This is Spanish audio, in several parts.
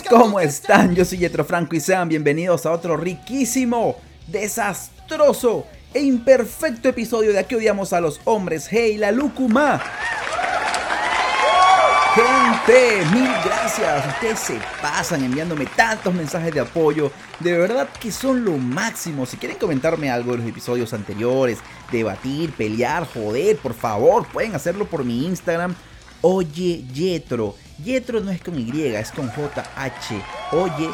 ¿Cómo están? Yo soy Yetro Franco y sean bienvenidos a otro riquísimo, desastroso e imperfecto episodio de Aquí odiamos a los hombres. ¡Hey, la Lúcuma! Gente, mil gracias. Ustedes se pasan enviándome tantos mensajes de apoyo. De verdad que son lo máximo. Si quieren comentarme algo de los episodios anteriores, debatir, pelear, joder, por favor, pueden hacerlo por mi Instagram. Oye Yetro. Yetro no es con Y, es con JH. Oye,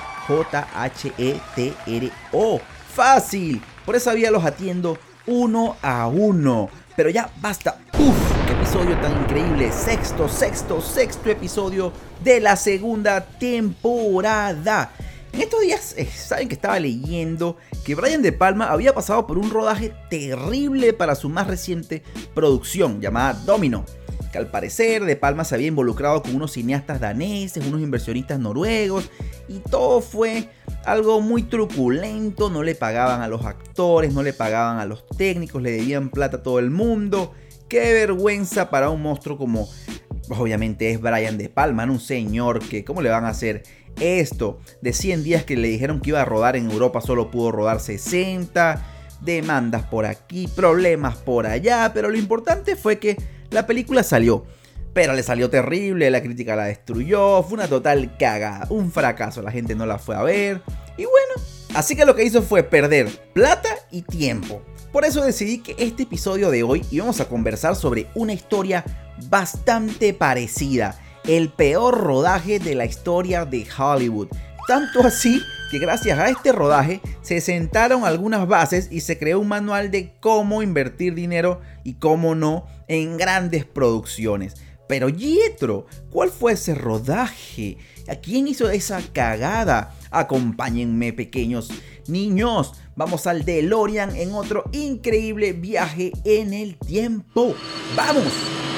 JHETRO. Fácil. Por esa vía los atiendo uno a uno. Pero ya basta. ¡Uf! ¡Qué episodio tan increíble! Sexto episodio de la segunda temporada. En estos días, saben que estaba leyendo que Brian De Palma había pasado por un rodaje terrible para su más reciente producción llamada Domino. Que al parecer De Palma se había involucrado con unos cineastas daneses, unos inversionistas noruegos, y todo fue algo muy truculento. No le pagaban a los actores, no le pagaban a los técnicos, le debían plata a todo el mundo. Qué vergüenza para un monstruo como, obviamente, es Brian De Palma, ¿no? Un señor que, ¿cómo le van a hacer esto? De 100 días que le dijeron que iba a rodar en Europa, solo pudo rodar 60. Demandas por aquí, problemas por allá, pero lo importante fue que la película salió, pero le salió terrible, la crítica la destruyó, fue una total cagada, un fracaso, la gente no la fue a ver, y bueno, así que lo que hizo fue perder plata y tiempo. Por eso decidí que este episodio de hoy íbamos a conversar sobre una historia bastante parecida, el peor rodaje de la historia de Hollywood. Tanto así que gracias a este rodaje se sentaron algunas bases y se creó un manual de cómo invertir dinero y cómo no en grandes producciones. Pero Yetro, ¿cuál fue ese rodaje? ¿A quién hizo esa cagada? Acompáñenme, pequeños niños. Vamos al DeLorean en otro increíble viaje en el tiempo. ¡Vamos!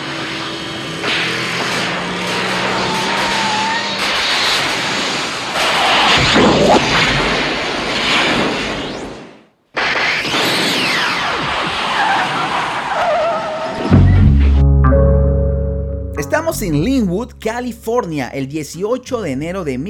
Estamos en Linwood, California, el 18 de enero de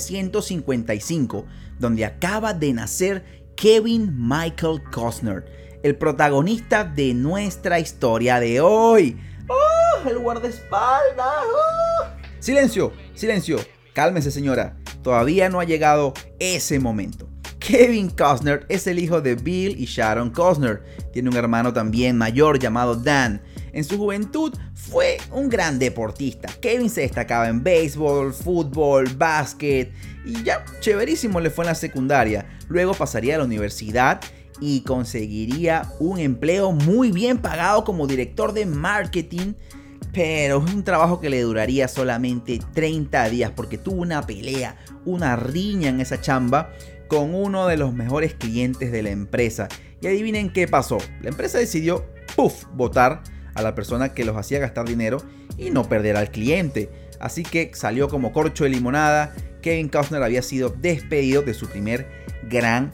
1955, donde acaba de nacer Kevin Michael Costner, el protagonista de nuestra historia de hoy. ¡Oh, el guardaespaldas! ¡Oh! ¡Silencio! Cálmese, señora. Todavía no ha llegado ese momento. Kevin Costner es el hijo de Bill y Sharon Costner. Tiene un hermano también mayor llamado Dan. En su juventud fue un gran deportista. Kevin se destacaba en béisbol, fútbol, básquet y ya chéverísimo le fue en la secundaria. Luego pasaría a la universidad y conseguiría un empleo muy bien pagado como director de marketing, pero es un trabajo que le duraría solamente 30 días porque tuvo una pelea, una riña en esa chamba con uno de los mejores clientes de la empresa. Y adivinen qué pasó. La empresa decidió, votar a la persona que los hacía gastar dinero y no perder al cliente. Así que salió como corcho de limonada. Kevin Costner había sido despedido de su primer gran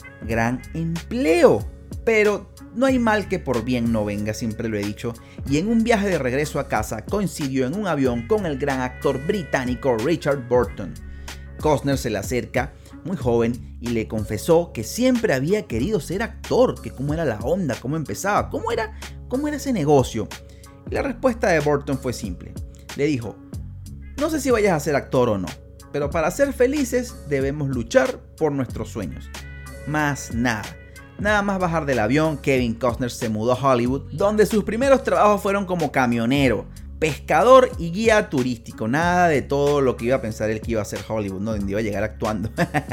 empleo. Pero no hay mal que por bien no venga, siempre lo he dicho. Y en un viaje de regreso a casa coincidió en un avión con el gran actor británico Richard Burton. Costner se le acerca muy joven y le confesó que siempre había querido ser actor, que cómo era la onda, cómo empezaba, cómo era ese negocio. Y la respuesta de Burton fue simple. Le dijo: no sé si vayas a ser actor o no, pero para ser felices debemos luchar por nuestros sueños. Más nada. Nada más bajar del avión, Kevin Costner se mudó a Hollywood, donde sus primeros trabajos fueron como camionero, pescador y guía turístico. Nada de todo lo que iba a pensar él que iba a ser Hollywood, ¿no? Donde iba a llegar actuando.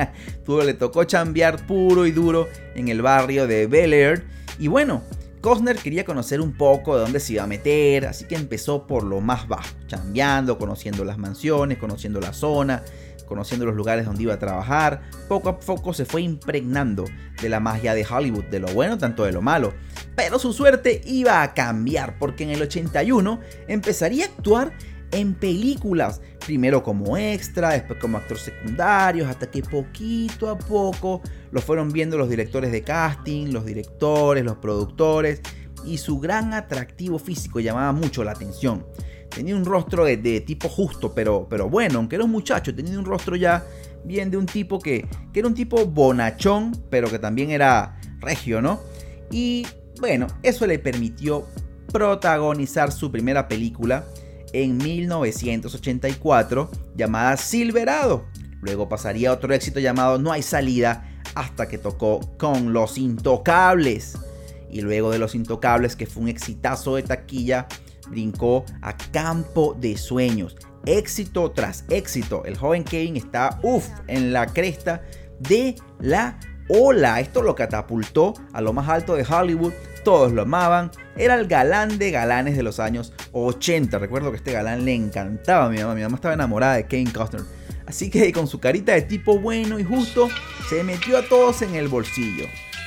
Le tocó chambear puro y duro en el barrio de Bel Air. Y bueno, Costner quería conocer un poco de dónde se iba a meter, así que empezó por lo más bajo, chambeando, conociendo las mansiones, conociendo la zona, conociendo los lugares donde iba a trabajar. Poco a poco se fue impregnando de la magia de Hollywood, de lo bueno tanto de lo malo. Pero su suerte iba a cambiar porque en el 81 empezaría a actuar en películas, primero como extra, después como actor secundario, hasta que poquito a poco lo fueron viendo los directores de casting, los directores, los productores, y su gran atractivo físico llamaba mucho la atención. Tenía un rostro de tipo justo, pero bueno, aunque era un muchacho, tenía un rostro ya bien de un tipo que era un tipo bonachón, pero que también era regio, ¿no? Y bueno, eso le permitió protagonizar su primera película en 1984 llamada Silverado. Luego pasaría a otro éxito llamado No hay salida, hasta que tocó con Los Intocables. Y luego de Los Intocables, que fue un exitazo de taquilla, brincó a Campo de Sueños. Éxito tras éxito. El joven Kevin está en la cresta de la ola. Esto lo catapultó a lo más alto de Hollywood. Todos lo amaban. Era el galán de galanes de los años 80. Recuerdo que este galán le encantaba a mi mamá. Mi mamá estaba enamorada de Kevin Costner. Así que con su carita de tipo bueno y justo, se metió a todos en el bolsillo.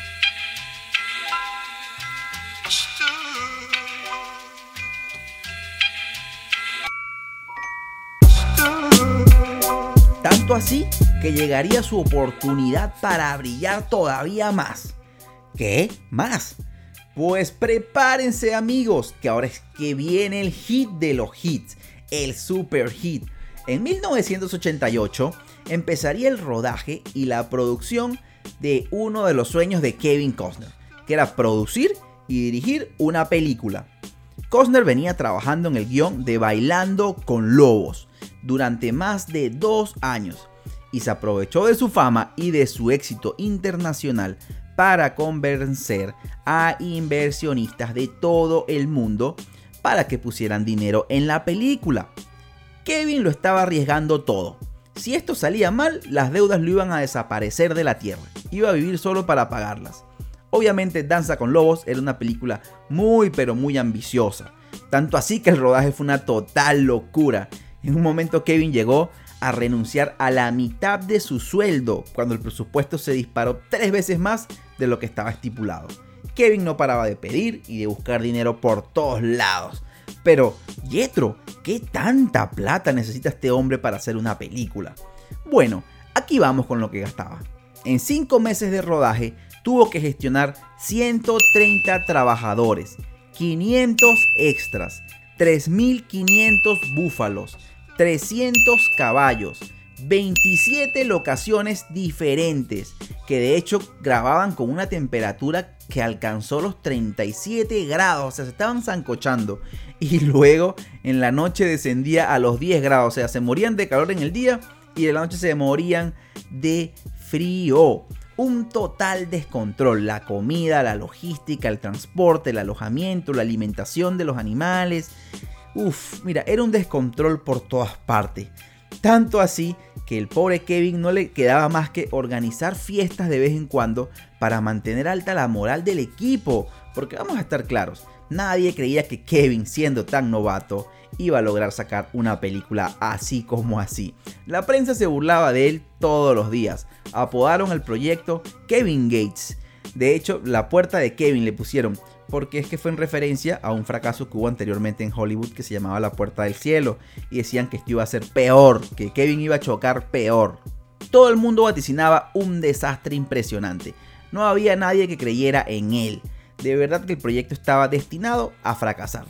Tanto así que llegaría su oportunidad para brillar todavía más. ¿Qué? ¿Más? Pues prepárense, amigos, que ahora es que viene el hit de los hits, el super hit. En 1988 empezaría el rodaje y la producción de uno de los sueños de Kevin Costner, que era producir y dirigir una película. Costner venía trabajando en el guión de Bailando con Lobos durante más de 2 años y se aprovechó de su fama y de su éxito internacional para convencer a inversionistas de todo el mundo para que pusieran dinero en la película. Kevin lo estaba arriesgando todo. Si esto salía mal, las deudas lo iban a desaparecer de la tierra. Iba a vivir solo para pagarlas. Obviamente Danza con Lobos era una película muy pero muy ambiciosa. Tanto así que el rodaje fue una total locura. En un momento Kevin llegó a renunciar a la mitad de su sueldo cuando el presupuesto se disparó 3 veces más de lo que estaba estipulado. Kevin no paraba de pedir y de buscar dinero por todos lados. Pero, Jethro, ¿qué tanta plata necesita este hombre para hacer una película? Bueno, aquí vamos con lo que gastaba. En 5 meses de rodaje tuvo que gestionar 130 trabajadores, 500 extras, 3.500 búfalos, 300 caballos, 27 locaciones diferentes, que de hecho grababan con una temperatura que alcanzó los 37 grados, o sea, se estaban sancochando. Y luego en la noche descendía a los 10 grados, o sea, se morían de calor en el día y en la noche se morían de frío. Un total descontrol, la comida, la logística, el transporte, el alojamiento, la alimentación de los animales. Mira, era un descontrol por todas partes. Tanto así que el pobre Kevin no le quedaba más que organizar fiestas de vez en cuando para mantener alta la moral del equipo. Porque vamos a estar claros, nadie creía que Kevin, siendo tan novato, iba a lograr sacar una película así como así. La prensa se burlaba de él todos los días. Apodaron el proyecto Kevin Gates. De hecho, la puerta de Kevin le pusieron, porque es que fue en referencia a un fracaso que hubo anteriormente en Hollywood que se llamaba La Puerta del Cielo, y decían que esto iba a ser peor, que Kevin iba a chocar peor. Todo el mundo vaticinaba un desastre impresionante. No había nadie que creyera en él. De verdad que el proyecto estaba destinado a fracasar.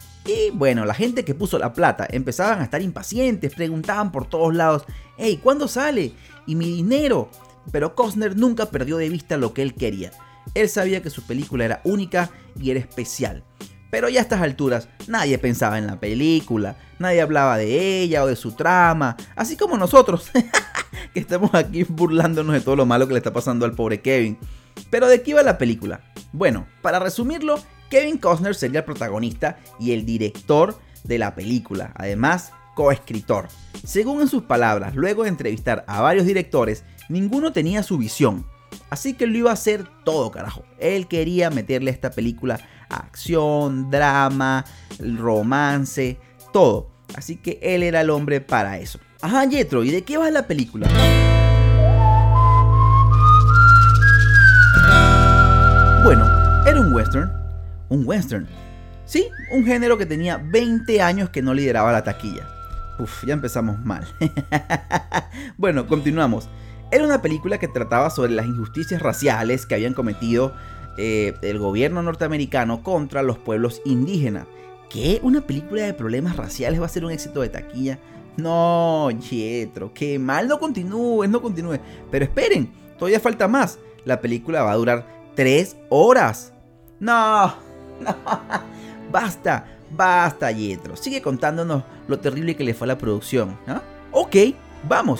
Y bueno, la gente que puso la plata empezaban a estar impacientes, preguntaban por todos lados: "Hey, ¿cuándo sale? ¿Y mi dinero?". Pero Costner nunca perdió de vista lo que él quería. Él sabía que su película era única y era especial. Pero ya a estas alturas nadie pensaba en la película, nadie hablaba de ella o de su trama, así como nosotros, que estamos aquí burlándonos de todo lo malo que le está pasando al pobre Kevin. Pero ¿de qué iba la película? Bueno, para resumirlo, Kevin Costner sería el protagonista y el director de la película, además coescritor. Según en sus palabras, luego de entrevistar a varios directores, ninguno tenía su visión. Así que lo iba a hacer todo, carajo. Él quería meterle a esta película acción, drama, romance, todo. Así que él era el hombre para eso. Ajá, Jethro, ¿y de qué va la película? Bueno, era un western. Un western. Sí, un género que tenía 20 años que no lideraba la taquilla. Ya empezamos mal. Bueno, continuamos. Era una película que trataba sobre las injusticias raciales que habían cometido el gobierno norteamericano contra los pueblos indígenas. ¿Qué? ¿Una película de problemas raciales va a ser un éxito de taquilla? No, Jethro, qué mal, no continúes. Pero esperen, todavía falta más. La película va a durar 3 horas. No. Basta, Jethro. Sigue contándonos lo terrible que le fue a la producción, ¿no? Ok, vamos.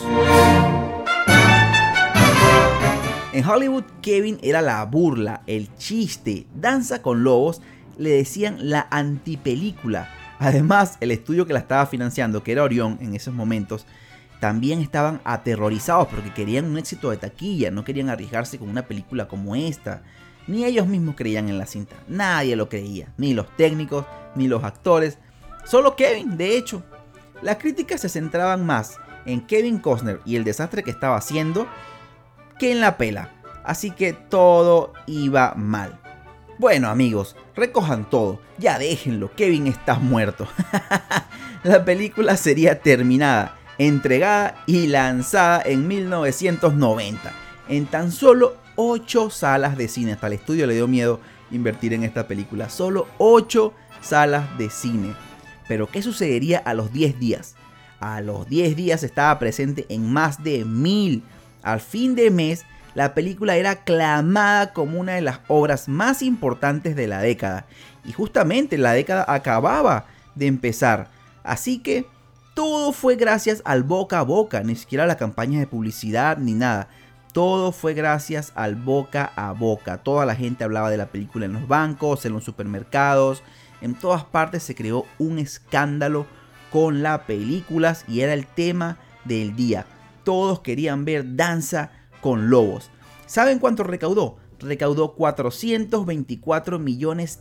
En Hollywood, Kevin era la burla, el chiste. Danza con Lobos le decían la antipelícula. Además, el estudio que la estaba financiando, que era Orión en esos momentos, también estaban aterrorizados porque querían un éxito de taquilla, no querían arriesgarse con una película como esta. Ni ellos mismos creían en la cinta, nadie lo creía, ni los técnicos, ni los actores, solo Kevin, de hecho. Las críticas se centraban más en Kevin Costner y el desastre que estaba haciendo que en la pela, así que todo iba mal. Bueno amigos, recojan todo, ya déjenlo, Kevin está muerto. La película sería terminada, entregada y lanzada en 1990, en tan solo 8 salas de cine. Hasta el estudio le dio miedo invertir en esta película, solo 8 salas de cine. Pero ¿qué sucedería a los 10 días? A los 10 días estaba presente en más de 1000. Al fin de mes, la película era aclamada como una de las obras más importantes de la década. Y justamente la década acababa de empezar. Así que todo fue gracias al boca a boca, ni siquiera las campañas de publicidad ni nada. Todo fue gracias al boca a boca. Toda la gente hablaba de la película en los bancos, en los supermercados. En todas partes se creó un escándalo con las películas y era el tema del día. Todos querían ver Danza con Lobos. ¿Saben cuánto recaudó? Recaudó $424 millones.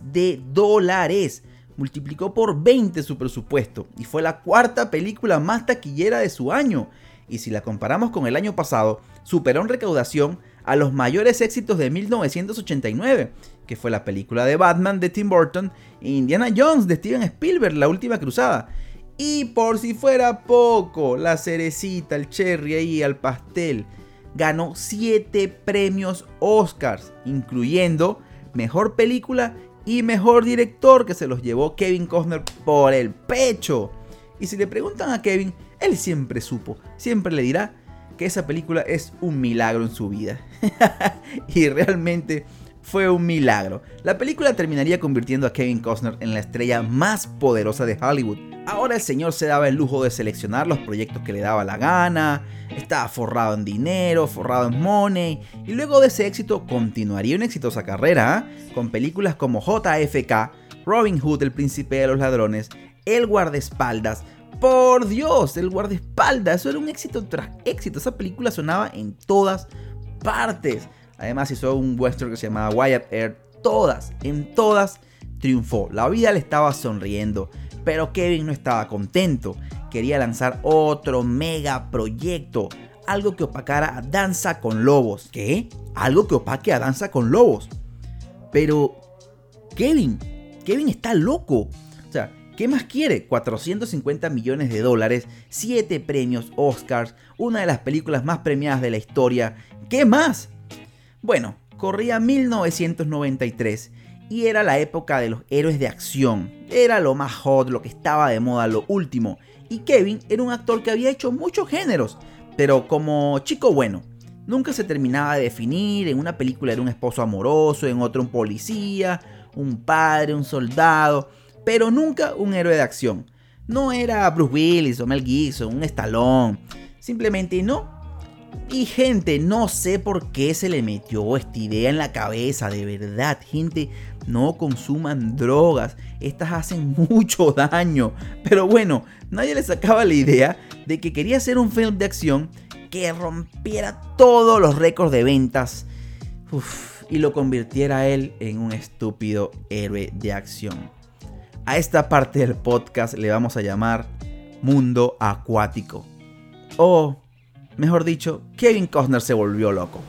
Multiplicó por 20 su presupuesto y fue la 4ª película más taquillera de su año. Y si la comparamos con el año pasado, superó en recaudación a los mayores éxitos de 1989, que fue la película de Batman de Tim Burton e Indiana Jones de Steven Spielberg, La Última Cruzada. Y por si fuera poco, la cerecita, el cherry ahí al pastel, ganó 7 premios Oscars, incluyendo Mejor Película y Mejor Director, que se los llevó Kevin Costner por el pecho. Y si le preguntan a Kevin, él siempre supo, siempre le dirá que esa película es un milagro en su vida. Y realmente fue un milagro. La película terminaría convirtiendo a Kevin Costner en la estrella más poderosa de Hollywood. Ahora el señor se daba el lujo de seleccionar los proyectos que le daba la gana, estaba forrado en dinero, forrado en money, y luego de ese éxito continuaría una exitosa carrera, con películas como JFK, Robin Hood, El Príncipe de los Ladrones, El Guardaespaldas. Por Dios, El Guardaespaldas, eso era un éxito tras éxito, esa película sonaba en todas partes. Además hizo un western que se llamaba Wyatt Earp, en todas triunfó, la vida le estaba sonriendo. Pero Kevin no estaba contento, quería lanzar otro mega proyecto, algo que opacara a Danza con Lobos. ¿Qué? ¿Algo que opaque a Danza con Lobos? Pero Kevin está loco. O sea, ¿qué más quiere? $450 millones, 7 premios Oscars, una de las películas más premiadas de la historia. ¿Qué más? Bueno, corría 1993 y era la época de los héroes de acción. Era lo más hot, lo que estaba de moda, lo último. Y Kevin era un actor que había hecho muchos géneros, pero como chico bueno. Nunca se terminaba de definir. En una película era un esposo amoroso, en otra un policía, un padre, un soldado, pero nunca un héroe de acción. No era Bruce Willis o Mel Gibson, un Stallone. Simplemente no. Y gente, no sé por qué se le metió esta idea en la cabeza, de verdad, gente, no consuman drogas, estas hacen mucho daño. Pero bueno, nadie le sacaba la idea de que quería hacer un film de acción que rompiera todos los récords de ventas y lo convirtiera a él en un estúpido héroe de acción. A esta parte del podcast le vamos a llamar Mundo Acuático. O mejor dicho, Kevin Costner se volvió loco.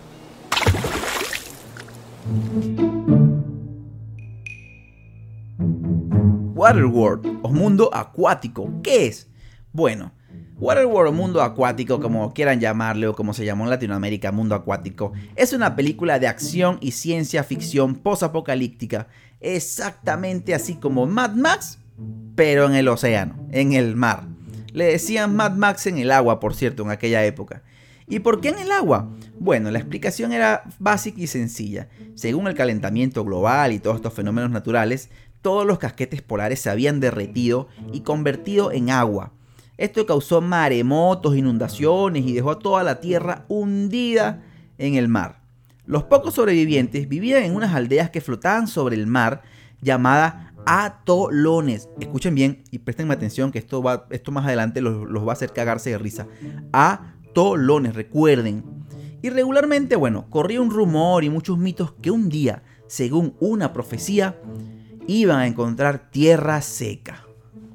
Waterworld o Mundo Acuático, ¿qué es? Bueno, Waterworld o Mundo Acuático, como quieran llamarle o como se llamó en Latinoamérica, Mundo Acuático, es una película de acción y ciencia ficción posapocalíptica, exactamente así como Mad Max, pero en el océano, en el mar. Le decían Mad Max en el agua, por cierto, en aquella época. ¿Y por qué en el agua? Bueno, la explicación era básica y sencilla. Según el calentamiento global y todos estos fenómenos naturales, todos los casquetes polares se habían derretido y convertido en agua. Esto causó maremotos, inundaciones y dejó a toda la tierra hundida en el mar. Los pocos sobrevivientes vivían en unas aldeas que flotaban sobre el mar llamadas atolones. Escuchen bien y prestenme atención que esto más adelante los va a hacer cagarse de risa. Atolones, recuerden. Y regularmente, corría un rumor y muchos mitos que un día, según una profecía, iban a encontrar tierra seca.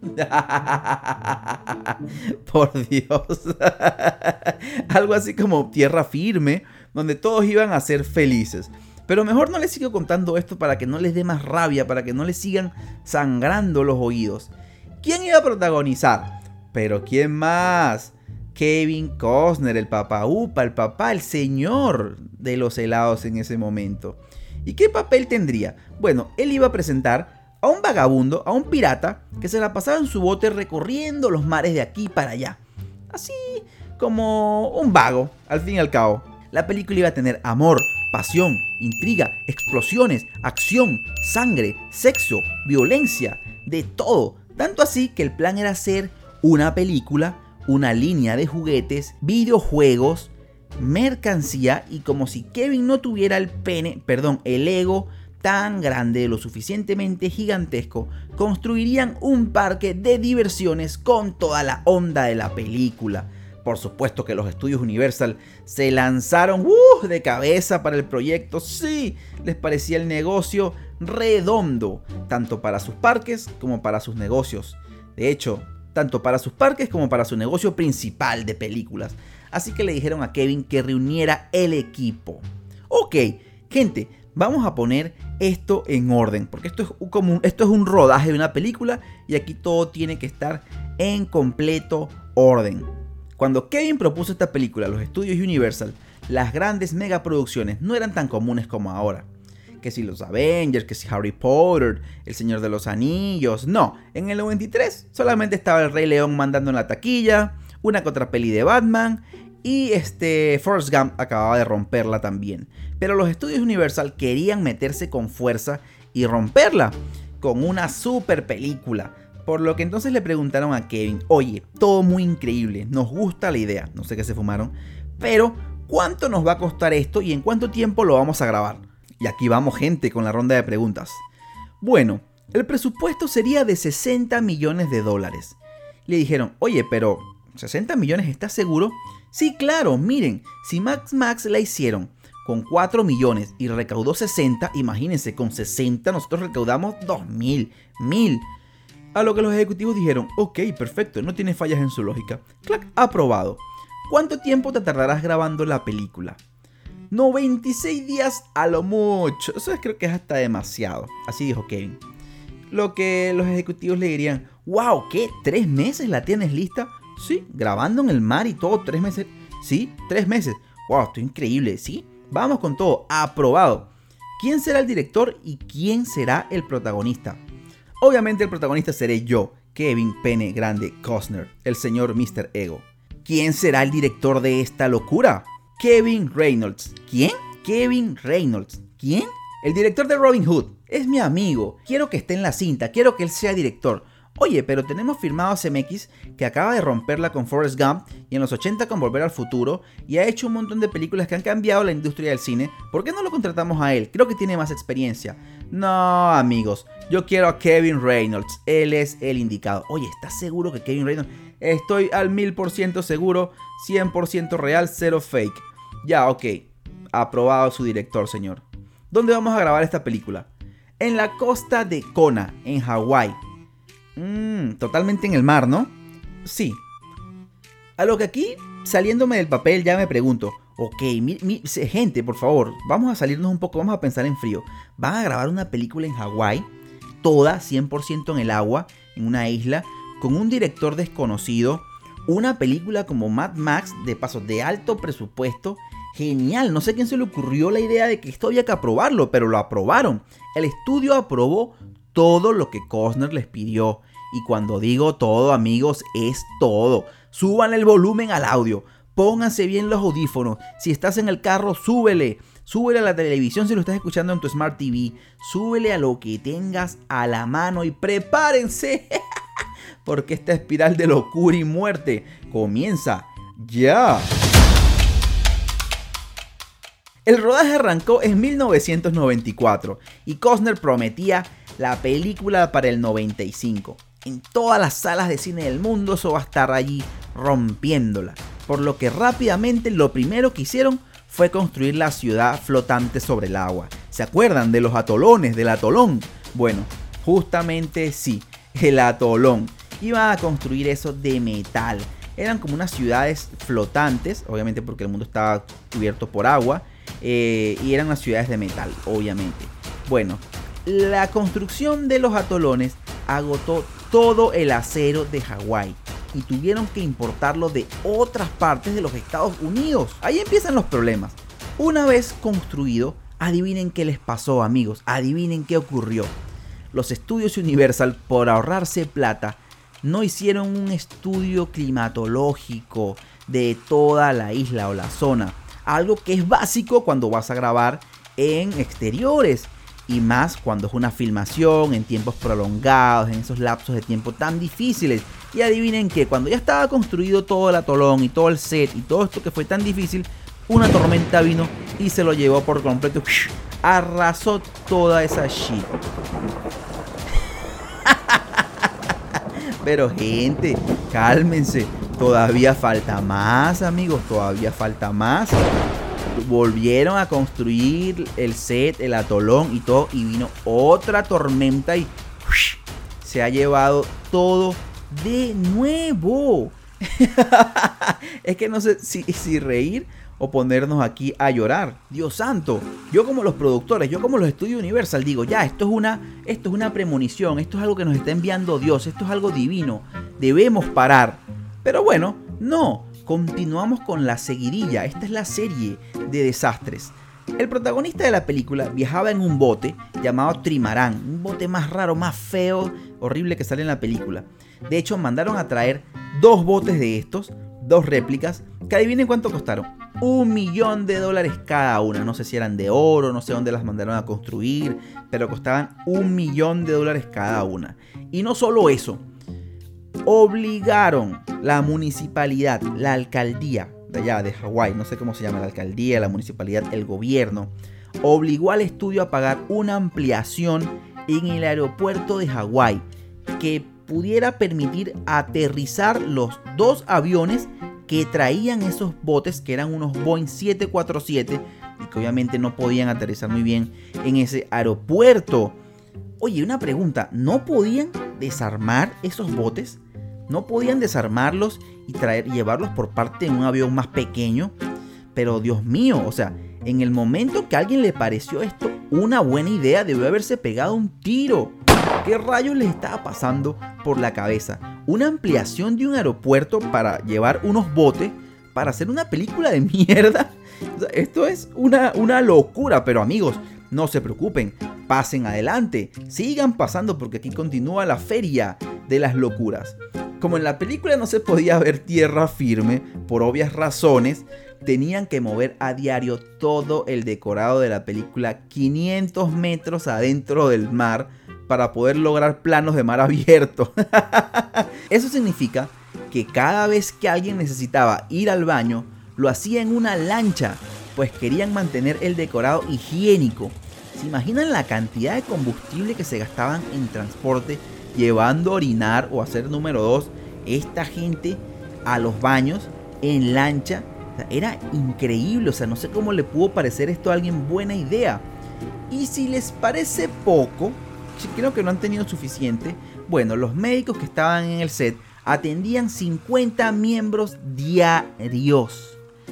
Por Dios. Algo así como tierra firme, donde todos iban a ser felices. Pero mejor no les sigo contando esto para que no les dé más rabia, para que no les sigan sangrando los oídos. ¿Quién iba a protagonizar? Pero ¿quién más? Kevin Costner, el papá Upa, el señor de los helados en ese momento. ¿Y qué papel tendría? Bueno, él iba a presentar a un vagabundo, a un pirata, que se la pasaba en su bote recorriendo los mares de aquí para allá. Así como un vago, al fin y al cabo. La película iba a tener amor, pasión, intriga, explosiones, acción, sangre, sexo, violencia, de todo. Tanto así que el plan era hacer una película, una línea de juguetes, videojuegos, mercancía y como si Kevin no tuviera el ego tan grande, lo suficientemente gigantesco, construirían un parque de diversiones con toda la onda de la película. Por supuesto que los estudios Universal se lanzaron de cabeza para el proyecto. Sí, les parecía el negocio redondo, tanto para sus parques como para sus negocios. De hecho, tanto para sus parques como para su negocio principal de películas. Así que le dijeron a Kevin que reuniera el equipo. Ok, gente, vamos a poner esto en orden, porque esto es un rodaje de una película y aquí todo tiene que estar en completo orden. Cuando Kevin propuso esta película a los estudios Universal, las grandes megaproducciones no eran tan comunes como ahora. Que si los Avengers, que si Harry Potter, El Señor de los Anillos. No, en el 93 solamente estaba El Rey León mandando en la taquilla, una que otra peli de Batman y Forrest Gump acababa de romperla también. Pero los estudios Universal querían meterse con fuerza y romperla con una super película. Por lo que entonces le preguntaron a Kevin, oye, todo muy increíble, nos gusta la idea, no sé qué se fumaron, pero ¿cuánto nos va a costar esto y en cuánto tiempo lo vamos a grabar? Y aquí vamos, gente, con la ronda de preguntas. Bueno, el presupuesto sería de $60 millones. Le dijeron, oye, pero ¿60 millones estás seguro? Sí, claro, miren, si Mad Max la hicieron con 4 millones y recaudó 60, imagínense, con 60 nosotros recaudamos 2.000, 1.000. A lo que los ejecutivos dijeron, ok, perfecto, no tiene fallas en su lógica. Clac, aprobado. ¿Cuánto tiempo te tardarás grabando la película? 96 días a lo mucho. Eso creo que es hasta demasiado. Así dijo Kevin. Lo que los ejecutivos le dirían, wow, ¿qué? ¿3 meses la tienes lista? Sí, grabando en el mar y todo, 3 meses. Sí, 3 meses. Wow, esto es increíble. Sí, vamos con todo. Aprobado. ¿Quién será el director y quién será el protagonista? Obviamente el protagonista seré yo, Kevin Pene Grande Costner, el señor Mr. Ego. ¿Quién será el director de esta locura? Kevin Reynolds. ¿Quién? Kevin Reynolds. ¿Quién? El director de Robin Hood. Es mi amigo. Quiero que esté en la cinta. Quiero que él sea director. Oye, pero tenemos firmado a CMX que acaba de romperla con Forrest Gump y en los 80 con Volver al Futuro y ha hecho un montón de películas que han cambiado la industria del cine. ¿Por qué no lo contratamos a él? Creo que tiene más experiencia. No, amigos. Yo quiero a Kevin Reynolds. Él es el indicado. Oye, ¿estás seguro que Kevin Reynolds? Estoy al 1000% seguro. 100% real, 0 fake. Ya, ok. Aprobado su director, señor. ¿Dónde vamos a grabar esta película? En la costa de Kona, en Hawái. Totalmente en el mar, ¿no? Sí. A lo que aquí, saliéndome del papel, ya me pregunto, ok, gente, por favor, vamos a salirnos un poco, vamos a pensar en frío. Van a grabar una película en Hawái, toda 100% en el agua, en una isla, con un director desconocido, una película como Mad Max, de paso, de alto presupuesto. Genial, no sé quién se le ocurrió la idea de que esto había que aprobarlo, pero lo aprobaron. El estudio aprobó todo lo que Costner les pidió. Y cuando digo todo, amigos, es todo. Súbanle el volumen al audio. Pónganse bien los audífonos. Si estás en el carro, súbele. Súbele a la televisión si lo estás escuchando en tu Smart TV. Súbele a lo que tengas a la mano y prepárense. Porque esta espiral de locura y muerte comienza ya. El rodaje arrancó en 1994 y Costner prometía la película para el 95. En todas las salas de cine del mundo eso va a estar allí rompiéndola. Por lo que rápidamente lo primero que hicieron fue construir la ciudad flotante sobre el agua. ¿Se acuerdan de los atolones, del atolón? Bueno, justamente sí, el atolón. Iban a construir eso de metal. Eran como unas ciudades flotantes, obviamente porque el mundo estaba cubierto por agua. Y eran unas ciudades de metal, obviamente. Bueno, la construcción de los atolones agotó todo el acero de Hawái y tuvieron que importarlo de otras partes de los Estados Unidos. Ahí empiezan los problemas. Una vez construido, adivinen qué les pasó, amigos. Adivinen qué ocurrió. Los estudios Universal, por ahorrarse plata, no hicieron un estudio climatológico de toda la isla o la zona. Algo que es básico cuando vas a grabar en exteriores. Y más cuando es una filmación en tiempos prolongados, en esos lapsos de tiempo tan difíciles. Y adivinen que cuando ya estaba construido todo el atolón y todo el set y todo esto que fue tan difícil, una tormenta vino y se lo llevó por completo. Arrasó toda esa shit. Pero gente, cálmense. Todavía falta más, amigos. Todavía falta más. Volvieron a construir el set, el atolón y todo. Y vino otra tormenta y se ha llevado todo de nuevo. Es que no sé si reír o ponernos aquí a llorar. Dios santo. Yo como los productores, yo como los estudios Universal digo, ya, esto es una premonición. Esto es algo que nos está enviando Dios. Esto es algo divino. Debemos parar. Pero bueno, no. Continuamos con la seguidilla. Esta es la serie de desastres. El protagonista de la película viajaba en un bote llamado Trimarán, un bote más raro, más feo, horrible que sale en la película. De hecho, mandaron a traer 2 botes de estos, 2 réplicas, que adivinen cuánto costaron. $1 millón cada una. No sé si eran de oro, no sé dónde las mandaron a construir, pero costaban $1 millón cada una. Y no solo eso, obligaron la municipalidad, la alcaldía de allá de Hawái, no sé cómo se llama la alcaldía, la municipalidad, el gobierno, obligó al estudio a pagar una ampliación en el aeropuerto de Hawái que pudiera permitir aterrizar los 2 aviones que traían esos botes, que eran unos Boeing 747 y que obviamente no podían aterrizar muy bien en ese aeropuerto. Oye, una pregunta, ¿no podían desarmar esos botes? ¿No podían desarmarlos y llevarlos por parte de un avión más pequeño? Pero Dios mío, o sea, en el momento que a alguien le pareció esto una buena idea, debió haberse pegado un tiro. ¿Qué rayos les estaba pasando por la cabeza? Una ampliación de un aeropuerto para llevar unos botes para hacer una película de mierda. O sea, esto es una locura, pero amigos, no se preocupen, pasen adelante, sigan pasando porque aquí continúa la feria de las locuras. Como en la película no se podía ver tierra firme, por obvias razones, tenían que mover a diario todo el decorado de la película 500 metros adentro del mar para poder lograr planos de mar abierto. Eso significa que cada vez que alguien necesitaba ir al baño, lo hacía en una lancha, pues querían mantener el decorado higiénico. ¿Se imaginan la cantidad de combustible que se gastaban en transporte llevando a orinar o a hacer número 2 esta gente a los baños en lancha? O sea, era increíble, o sea, no sé cómo le pudo parecer esto a alguien buena idea. Y si les parece poco, si creo que no han tenido suficiente, bueno, los médicos que estaban en el set atendían 50 miembros diarios.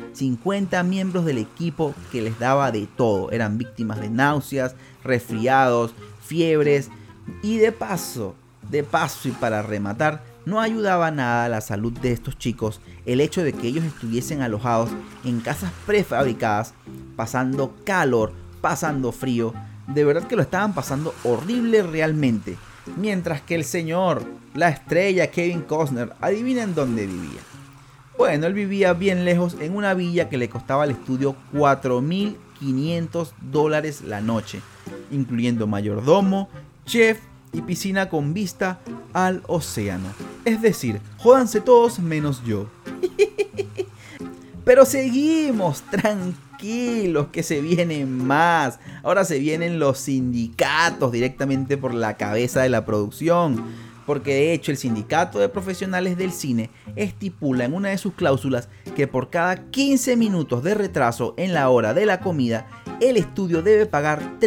50 miembros del equipo que les daba de todo. Eran víctimas de náuseas, resfriados, fiebres. Y de paso y para rematar, no ayudaba nada a la salud de estos chicos el hecho de que ellos estuviesen alojados en casas prefabricadas, pasando calor, pasando frío, de verdad que lo estaban pasando horrible realmente. Mientras que el señor, la estrella Kevin Costner, adivinen dónde vivía. Bueno, él vivía bien lejos en una villa que le costaba al estudio $4,500 la noche, incluyendo mayordomo, chef y piscina con vista al océano. Es decir, jódanse todos menos yo. Pero seguimos tranquilos, que se vienen más. Ahora se vienen los sindicatos directamente por la cabeza de la producción. Porque de hecho el sindicato de profesionales del cine estipula en una de sus cláusulas que por cada 15 minutos de retraso en la hora de la comida, el estudio debe pagar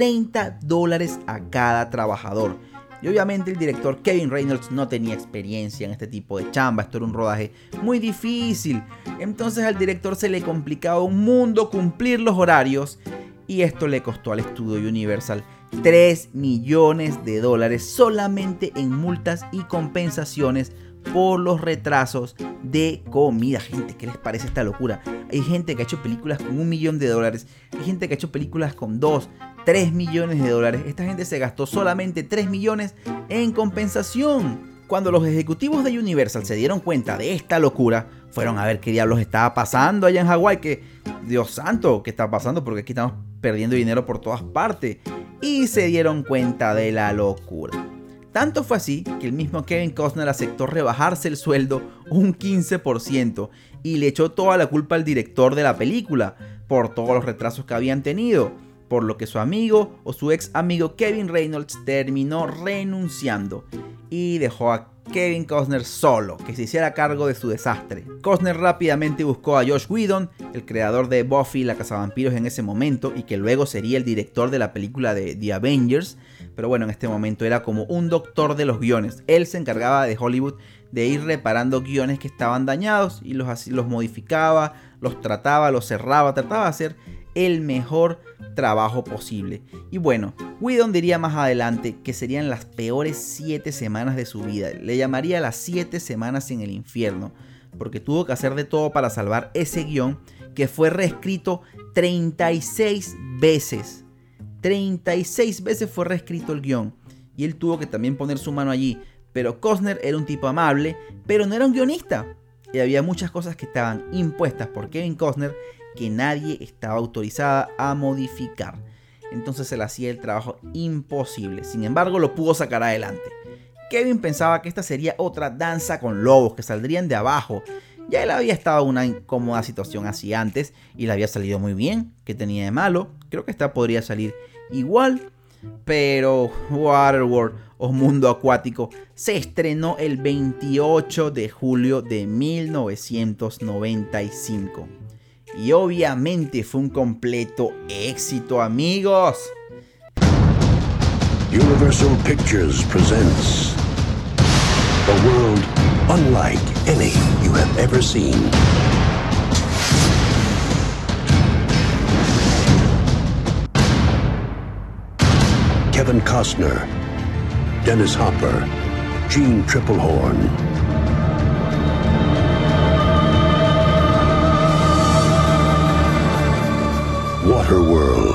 $30 a cada trabajador. Y obviamente el director Kevin Reynolds no tenía experiencia en este tipo de chamba, esto era un rodaje muy difícil. Entonces al director se le complicaba un mundo cumplir los horarios y esto le costó al estudio Universal $3 millones solamente en multas y compensaciones por los retrasos de comida. Gente, ¿qué les parece esta locura? Hay gente que ha hecho películas con $1 millón, hay gente que ha hecho películas con 2, 3 millones de dólares. Esta gente se gastó solamente 3 millones en compensación. Cuando los ejecutivos de Universal se dieron cuenta de esta locura, fueron a ver qué diablos estaba pasando allá en Hawái. Que, Dios santo, ¿qué está pasando? Porque aquí estamos perdiendo dinero por todas partes. Y se dieron cuenta de la locura. Tanto fue así que el mismo Kevin Costner aceptó rebajarse el sueldo un 15% y le echó toda la culpa al director de la película por todos los retrasos que habían tenido, por lo que su amigo o su ex amigo Kevin Reynolds terminó renunciando y dejó a Kevin Costner solo, que se hiciera cargo de su desastre. Costner rápidamente buscó a Joss Whedon, el creador de Buffy la cazavampiros en ese momento y que luego sería el director de la película de The Avengers, pero bueno, en este momento era como un doctor de los guiones. Él se encargaba de Hollywood de ir reparando guiones que estaban dañados y los modificaba, los trataba, los cerraba, trataba de hacer el mejor trabajo posible. Y bueno, Whedon diría más adelante que serían las peores 7 semanas de su vida. Le llamaría las 7 semanas en el infierno, porque tuvo que hacer de todo para salvar ese guión que fue reescrito 36 veces. 36 veces fue reescrito el guión y él tuvo que también poner su mano allí. Pero Costner era un tipo amable, pero no era un guionista. Y había muchas cosas que estaban impuestas por Kevin Costner que nadie estaba autorizada a modificar. Entonces se le hacía el trabajo imposible. Sin embargo, lo pudo sacar adelante. Kevin pensaba que esta sería otra danza con lobos que saldrían de abajo. Ya él había estado en una incómoda situación así antes y le había salido muy bien. ¿Qué tenía de malo? Creo que esta podría salir igual. Pero Waterworld o Mundo Acuático se estrenó el 28 de julio de 1995. Y obviamente fue un completo éxito, amigos. Universal Pictures presents a world unlike any you have ever seen. Kevin Costner, Dennis Hopper, Gene Triplehorn. Waterworld.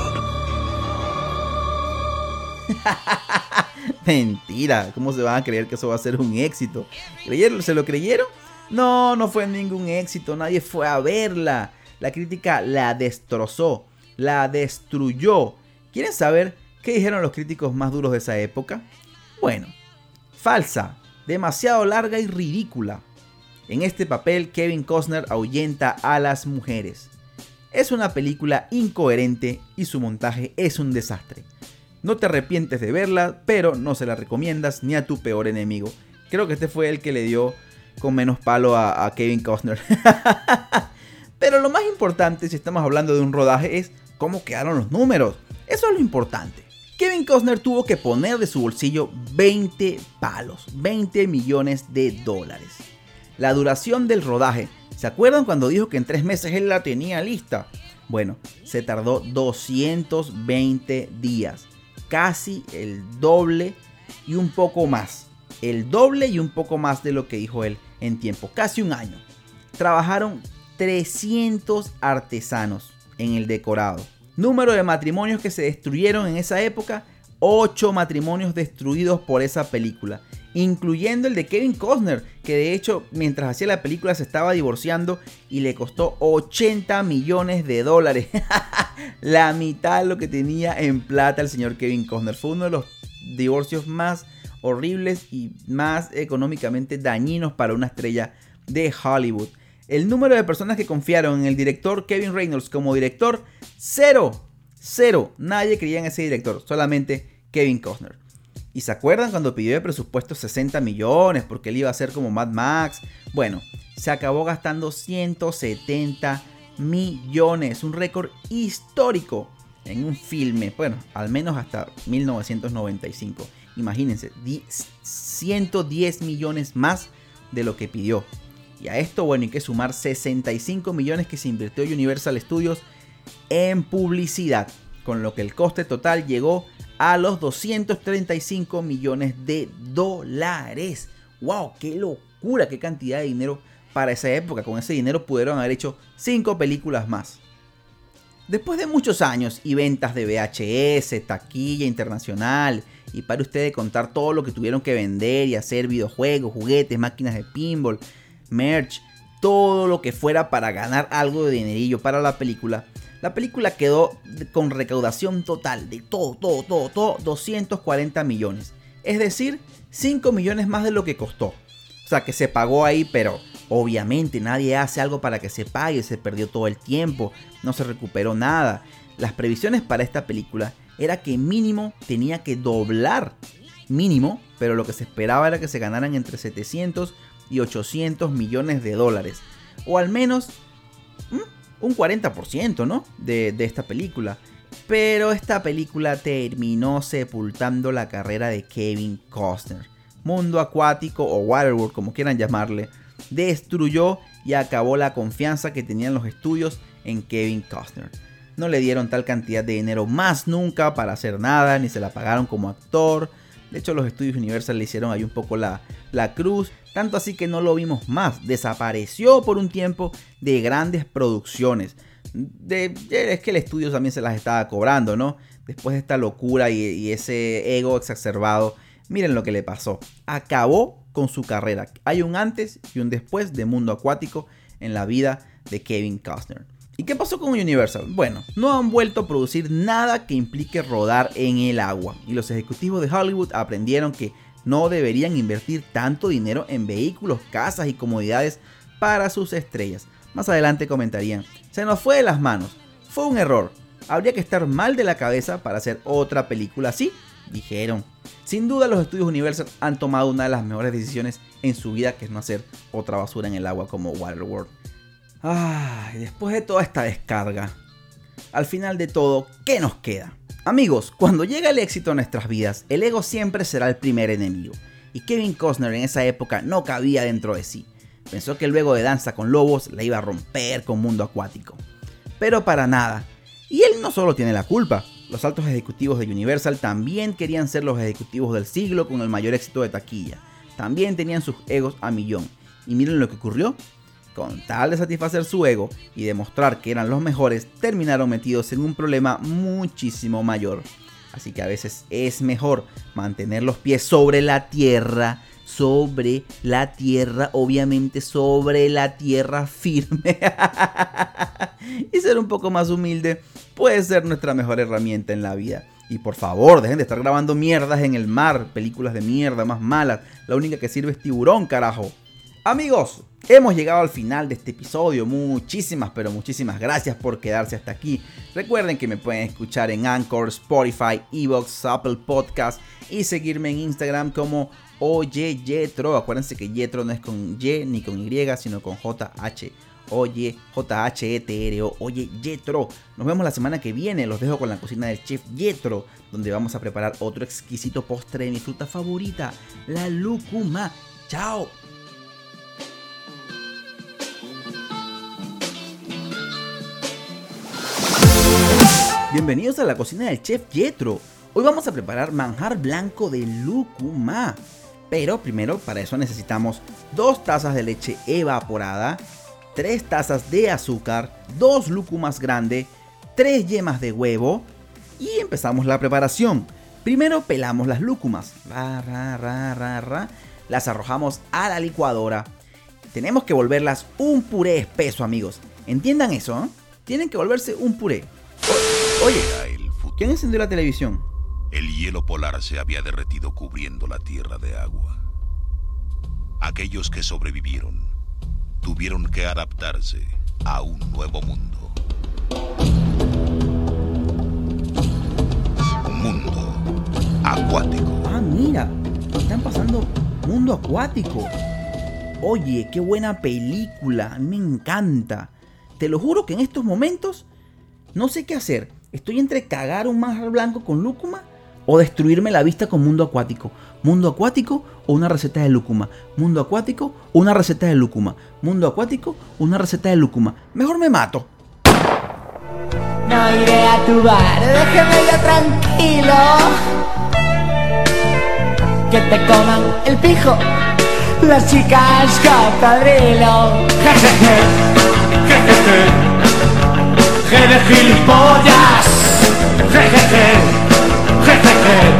Mentira, ¿cómo se van a creer que eso va a ser un éxito? ¿Creyeron? ¿Se lo creyeron? No, no fue ningún éxito, nadie fue a verla. La crítica la destrozó, la destruyó. ¿Quieren saber qué dijeron los críticos más duros de esa época? Bueno, falsa, demasiado larga y ridícula. En este papel, Kevin Costner ahuyenta a las mujeres. Es una película incoherente y su montaje es un desastre. No te arrepientes de verla, pero no se la recomiendas ni a tu peor enemigo. Creo que este fue el que le dio con menos palo a Kevin Costner. Pero lo más importante, si estamos hablando de un rodaje, es cómo quedaron los números. Eso es lo importante. Kevin Costner tuvo que poner de su bolsillo 20 palos, $20 millones. La duración del rodaje, ¿se acuerdan cuando dijo que en 3 meses él la tenía lista? Bueno, se tardó 220 días, casi el doble y un poco más. El doble y un poco más de lo que dijo él en tiempo, casi un año. Trabajaron 300 artesanos en el decorado. Número de matrimonios que se destruyeron en esa época, 8 matrimonios destruidos por esa película, incluyendo el de Kevin Costner, que de hecho mientras hacía la película se estaba divorciando y le costó $80 millones. La mitad de lo que tenía en plata el señor Kevin Costner. Fue uno de los divorcios más horribles y más económicamente dañinos para una estrella de Hollywood. El número de personas que confiaron en el director Kevin Reynolds como director, cero. Nadie creía en ese director, solamente Kevin Costner. ¿Y se acuerdan cuando pidió de presupuesto 60 millones porque él iba a ser como Mad Max? Bueno, se acabó gastando 170 millones, un récord histórico en un filme, bueno, al menos hasta 1995. Imagínense, 110 millones más de lo que pidió. Y a esto, bueno, hay que sumar 65 millones que se invirtió Universal Studios en publicidad, con lo que el coste total llegó a los 235 millones de dólares. ¡Wow! ¡Qué locura! ¡Qué cantidad de dinero para esa época! Con ese dinero pudieron haber hecho 5 películas más. Después de muchos años y ventas de VHS, taquilla internacional, y para ustedes contar todo lo que tuvieron que vender y hacer videojuegos, juguetes, máquinas de pinball, merch, todo lo que fuera para ganar algo de dinerillo para la película quedó con recaudación total de todo, 240 millones. Es decir, 5 millones más de lo que costó. O sea, que se pagó ahí, pero obviamente nadie hace algo para que se pague, se perdió todo el tiempo, no se recuperó nada. Las previsiones para esta película era que mínimo tenía que doblar, mínimo, pero lo que se esperaba era que se ganaran entre 700 y 800 millones de dólares. O al menos un 40%, ¿no? de esta película. Pero esta película terminó sepultando la carrera de Kevin Costner. Mundo Acuático o Waterworld, como quieran llamarle, destruyó y acabó la confianza que tenían los estudios en Kevin Costner. No le dieron tal cantidad de dinero más nunca para hacer nada, ni se la pagaron como actor. De hecho, los estudios Universal le hicieron ahí un poco la cruz, tanto así que no lo vimos más. Desapareció por un tiempo de grandes producciones. Es que el estudio también se las estaba cobrando, ¿no? Después de esta locura y ese ego exacerbado, miren lo que le pasó. Acabó con su carrera. Hay un antes y un después de Mundo Acuático en la vida de Kevin Costner. ¿Y qué pasó con Universal? Bueno, no han vuelto a producir nada que implique rodar en el agua. Y los ejecutivos de Hollywood aprendieron que no deberían invertir tanto dinero en vehículos, casas y comodidades para sus estrellas. Más adelante comentarían: se nos fue de las manos, fue un error, habría que estar mal de la cabeza para hacer otra película así, dijeron. Sin duda los estudios Universal han tomado una de las mejores decisiones en su vida, que es no hacer otra basura en el agua como Waterworld. Después de toda esta descarga, al final de todo, ¿qué nos queda? Amigos, cuando llega el éxito a nuestras vidas, el ego siempre será el primer enemigo. Y Kevin Costner en esa época no cabía dentro de sí. Pensó que luego de Danza con Lobos la iba a romper con Mundo Acuático. Pero para nada. Y él no solo tiene la culpa. Los altos ejecutivos de Universal también querían ser los ejecutivos del siglo con el mayor éxito de taquilla. También tenían sus egos a millón. Y miren lo que ocurrió. Con tal de satisfacer su ego y demostrar que eran los mejores, terminaron metidos en un problema muchísimo mayor. Así que a veces es mejor mantener los pies sobre la tierra, obviamente sobre la tierra firme. Y ser un poco más humilde puede ser nuestra mejor herramienta en la vida. Y por favor, dejen de estar grabando mierdas en el mar, películas de mierda más malas. La única que sirve es Tiburón, carajo. Amigos, hemos llegado al final de este episodio. Muchísimas gracias por quedarse hasta aquí. Recuerden que me pueden escuchar en Anchor, Spotify, Evox, Apple Podcast y seguirme en Instagram como Oye Yetro. Acuérdense que Yetro no es con Y ni con Y, sino con JH. Oye, JHETRO, Oye Yetro. Nos vemos la semana que viene. Los dejo con la cocina del chef Yetro, donde vamos a preparar otro exquisito postre de mi fruta favorita, la lúcuma. ¡Chao! Bienvenidos a la cocina del chef Yetro. Hoy vamos a preparar manjar blanco de lúcuma. Pero primero para eso necesitamos 2 tazas de leche evaporada, 3 tazas de azúcar, 2 lúcumas grandes, 3 yemas de huevo y empezamos la preparación. Primero pelamos las lúcumas, las arrojamos a la licuadora. Tenemos que volverlas un puré espeso, amigos. Entiendan eso, ¿eh? Tienen que volverse un puré. Oye, ¿quién encendió la televisión? El hielo polar se había derretido cubriendo la tierra de agua. Aquellos que sobrevivieron tuvieron que adaptarse a un nuevo mundo. Mundo acuático. Ah, mira, están pasando Mundo Acuático. Oye, qué buena película, me encanta. Te lo juro que en estos momentos no sé qué hacer. Estoy entre cagar un manjar blanco con lúcuma o destruirme la vista con Mundo Acuático. Mundo Acuático o una receta de lúcuma. Mundo Acuático o una receta de lúcuma. Mundo Acuático o una receta de lúcuma. Mejor me mato. No iré a tu bar, déjeme yo tranquilo. Que te coman el pijo las chicas cocodrilo. Jejeje, jejeje, je de gilipollas. Jejeje, jejeje.